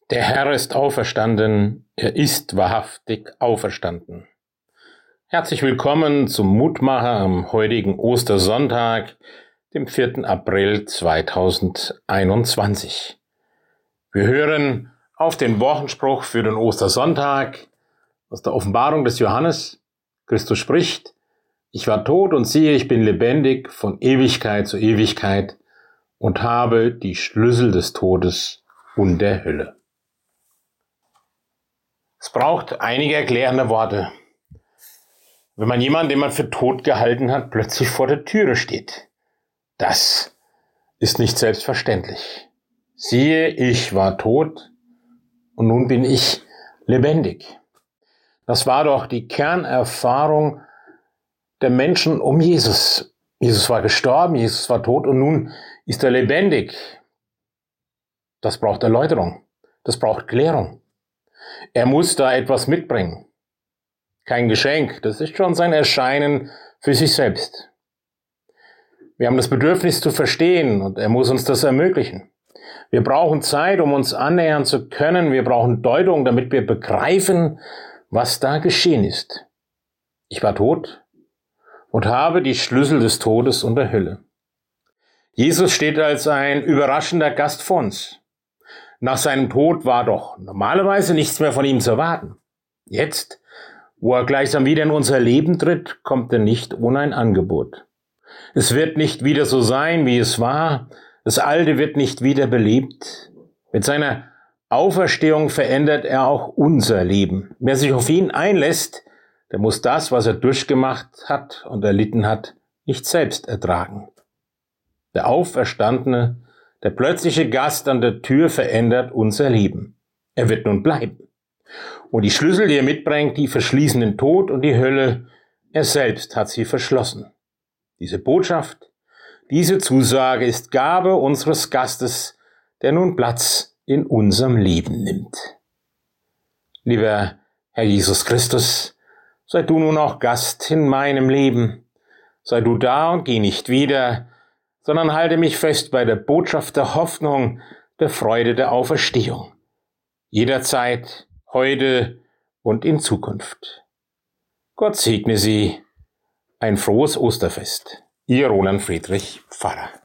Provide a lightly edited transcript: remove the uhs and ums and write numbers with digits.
Der Herr ist auferstanden, er ist wahrhaftig auferstanden. Herzlich willkommen zum Mutmacher am heutigen Ostersonntag, dem 4. April 2021. Wir hören auf den Wochenspruch für den Ostersonntag aus der Offenbarung des Johannes. Christus spricht: Ich war tot und siehe, ich bin lebendig von Ewigkeit zu Ewigkeit und habe die Schlüssel des Todes und der Hölle. Es braucht einige erklärende Worte, wenn man jemanden, den man für tot gehalten hat, plötzlich vor der Türe steht. Das ist nicht selbstverständlich. Siehe, ich war tot und nun bin ich lebendig. Das war doch die Kernerfahrung der Menschen um Jesus. Jesus war gestorben, Jesus war tot und nun ist er lebendig. Das braucht Erläuterung, das braucht Klärung. Er muss da etwas mitbringen. Kein Geschenk, das ist schon sein Erscheinen für sich selbst. Wir haben das Bedürfnis zu verstehen und er muss uns das ermöglichen. Wir brauchen Zeit, um uns annähern zu können. Wir brauchen Deutung, damit wir begreifen, was da geschehen ist. Ich war tot und habe die Schlüssel des Todes und der Hölle. Jesus steht als ein überraschender Gast vor uns. Nach seinem Tod war doch normalerweise nichts mehr von ihm zu erwarten. Jetzt, wo er gleichsam wieder in unser Leben tritt, kommt er nicht ohne ein Angebot. Es wird nicht wieder so sein, wie es war. Das Alte wird nicht wieder belebt. Mit seiner Auferstehung verändert er auch unser Leben. Wer sich auf ihn einlässt, der muss das, was er durchgemacht hat und erlitten hat, nicht selbst ertragen. Der Auferstandene, der plötzliche Gast an der Tür verändert unser Leben. Er wird nun bleiben. Und die Schlüssel, die er mitbringt, die verschließen den Tod und die Hölle. Er selbst hat sie verschlossen. Diese Botschaft, diese Zusage ist Gabe unseres Gastes, der nun Platz in unserem Leben nimmt. Lieber Herr Jesus Christus, sei du nun auch Gast in meinem Leben. Sei du da und geh nicht wieder, sondern halte mich fest bei der Botschaft der Hoffnung, der Freude der Auferstehung. Jederzeit, heute und in Zukunft. Gott segne Sie. Ein frohes Osterfest. Ihr Roland Friedrich, Pfarrer.